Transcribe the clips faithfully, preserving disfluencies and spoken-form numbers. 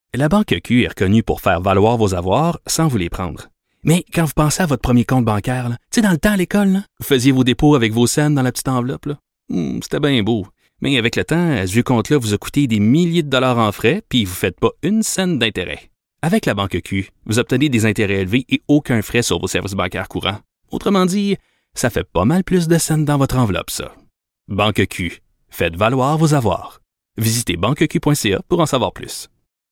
La Banque Q est reconnue pour faire valoir vos avoirs sans vous les prendre. Mais quand vous pensez à votre premier compte bancaire, tu sais, dans le temps à l'école, là, vous faisiez vos dépôts avec vos scènes dans la petite enveloppe. Là. Hum, c'était bien beau. Mais avec le temps, ce vieux compte-là vous a coûté des milliers de dollars en frais, puis vous ne faites pas une scène d'intérêt. Avec la Banque Q, vous obtenez des intérêts élevés et aucun frais sur vos services bancaires courants. Autrement dit, ça fait pas mal plus de scènes dans votre enveloppe, ça. Banque Q. Faites valoir vos avoirs. Visitez banque q point c a pour en savoir plus.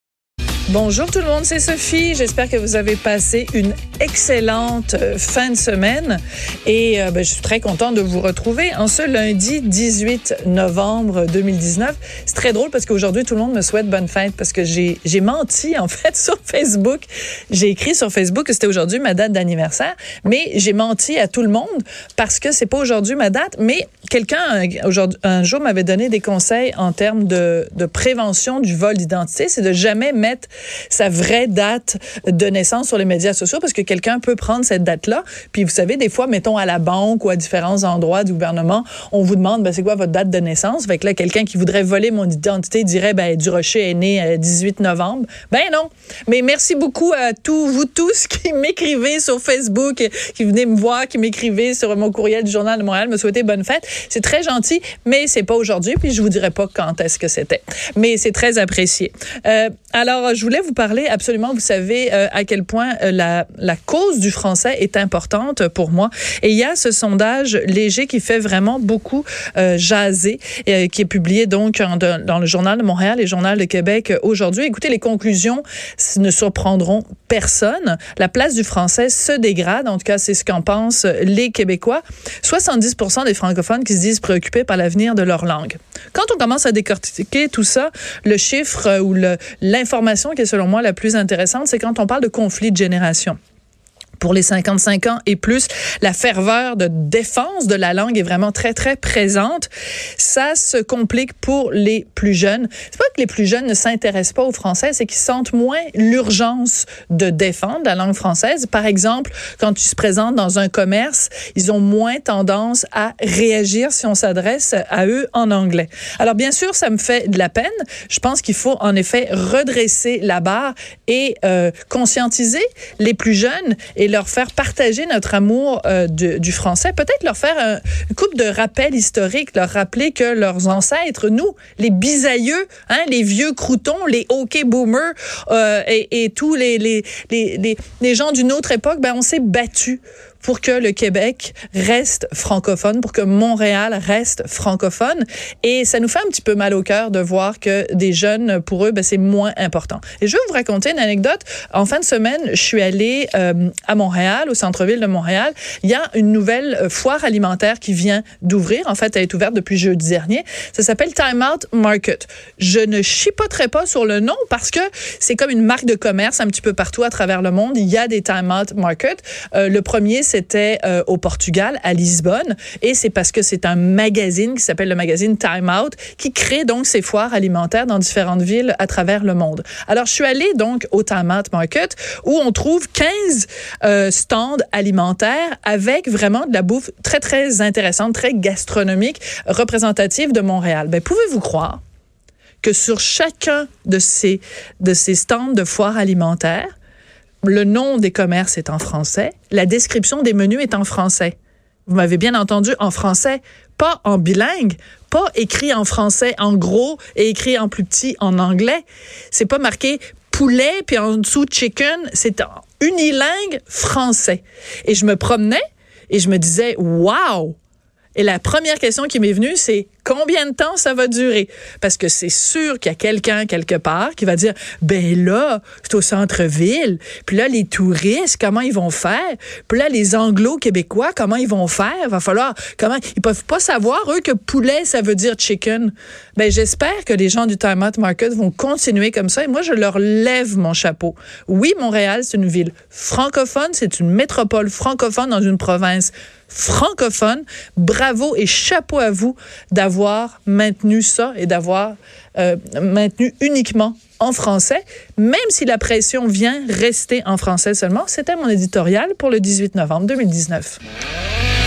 Bonjour tout le monde, c'est Sophie. J'espère que vous avez passé une excellente euh, fin de semaine et euh, ben, je suis très contente de vous retrouver en ce lundi dix-huit novembre deux mille dix-neuf. C'est très drôle parce qu'aujourd'hui, tout le monde me souhaite bonne fête parce que j'ai, j'ai menti en fait sur Facebook. J'ai écrit sur Facebook que c'était aujourd'hui ma date d'anniversaire, mais j'ai menti à tout le monde parce que c'est pas aujourd'hui ma date, mais quelqu'un aujourd'hui, un jour m'avait donné des conseils en termes de, de prévention du vol d'identité, c'est de jamais mettre sa vraie date de naissance sur les médias sociaux parce que quelqu'un peut prendre cette date-là. Puis vous savez, des fois, mettons à la banque ou à différents endroits du gouvernement, on vous demande ben, c'est quoi votre date de naissance. Fait que là, quelqu'un qui voudrait voler mon identité dirait ben Durocher est né le dix-huit novembre. Ben non. Mais merci beaucoup à tous, vous tous qui m'écrivez sur Facebook, qui venez me voir, qui m'écrivez sur mon courriel du Journal de Montréal, me souhaiter bonne fête. C'est très gentil, mais c'est pas aujourd'hui, puis je vous dirai pas quand est-ce que c'était. Mais c'est très apprécié. Euh, alors, je voulais vous parler absolument, vous savez euh, à quel point euh, la, la cause du français est importante pour moi. Et il y a ce sondage léger qui fait vraiment beaucoup euh, jaser, euh, qui est publié donc en, de, dans le Journal de Montréal et le Journal de Québec aujourd'hui. Écoutez, les conclusions ne surprendront personne. La place du français se dégrade, en tout cas c'est ce qu'en pensent les Québécois. soixante-dix pour cent des francophones qui se disent préoccupés par l'avenir de leur langue. Quand on commence à décortiquer tout ça, le chiffre euh, ou le, l'information qui est selon moi la plus intéressante, c'est quand on parle de conflit de génération. Pour les cinquante-cinq ans et plus, la ferveur de défense de la langue est vraiment très, très présente. Ça se complique pour les plus jeunes. C'est pas que les plus jeunes ne s'intéressent pas au français, c'est qu'ils sentent moins l'urgence de défendre la langue française. Par exemple, quand ils se présentent dans un commerce, ils ont moins tendance à réagir si on s'adresse à eux en anglais. Alors, bien sûr, ça me fait de la peine. Je pense qu'il faut, en effet, redresser la barre et euh, conscientiser les plus jeunes et leur faire partager notre amour euh, de, du français, peut-être leur faire un, une couple de rappels historiques, leur rappeler que leurs ancêtres, nous, les bisaïeux, hein, les vieux croutons, les OK boomers euh, et, et tous les, les, les, les, les gens d'une autre époque, ben, on s'est battus pour que le Québec reste francophone, pour que Montréal reste francophone. Et ça nous fait un petit peu mal au cœur de voir que des jeunes, pour eux, ben, c'est moins important. Et je vais vous raconter une anecdote. En fin de semaine, je suis allée euh, à Montréal, au centre-ville de Montréal. Il y a une nouvelle foire alimentaire qui vient d'ouvrir. En fait, elle est ouverte depuis jeudi dernier. Ça s'appelle Time Out Market. Je ne chipoterai pas sur le nom parce que c'est comme une marque de commerce un petit peu partout à travers le monde. Il y a des Time Out Market. Euh, le premier, c'était euh, au Portugal, à Lisbonne, et c'est parce que c'est un magazine qui s'appelle le magazine Time Out qui crée donc ces foires alimentaires dans différentes villes à travers le monde. Alors, je suis allée donc au Time Out Market où on trouve quinze euh, stands alimentaires avec vraiment de la bouffe très, très intéressante, très gastronomique, représentative de Montréal. Ben, pouvez-vous croire que sur chacun de ces, de ces stands de foires alimentaires, le nom des commerces est en français, la description des menus est en français. Vous m'avez bien entendu, en français, pas en bilingue, pas écrit en français en gros et écrit en plus petit en anglais. C'est pas marqué poulet puis en dessous chicken, c'est en unilingue français. Et je me promenais et je me disais wow! Et la première question qui m'est venue, c'est combien de temps ça va durer? Parce que c'est sûr qu'il y a quelqu'un quelque part qui va dire, ben là, c'est au centre-ville. Puis là, les touristes, comment ils vont faire? Puis là, les anglo-québécois, comment ils vont faire? Va falloir, comment, ils peuvent pas savoir, eux, que poulet, ça veut dire chicken. Ben, j'espère que les gens du Time Out Market vont continuer comme ça. Et moi, je leur lève mon chapeau. Oui, Montréal, c'est une ville francophone. C'est une métropole francophone dans une province francophone. Bravo et chapeau à vous d'avoir maintenu ça et d'avoir euh, maintenu uniquement en français, même si la pression vient rester en français seulement. C'était mon éditorial pour le dix-huit novembre deux mille dix-neuf.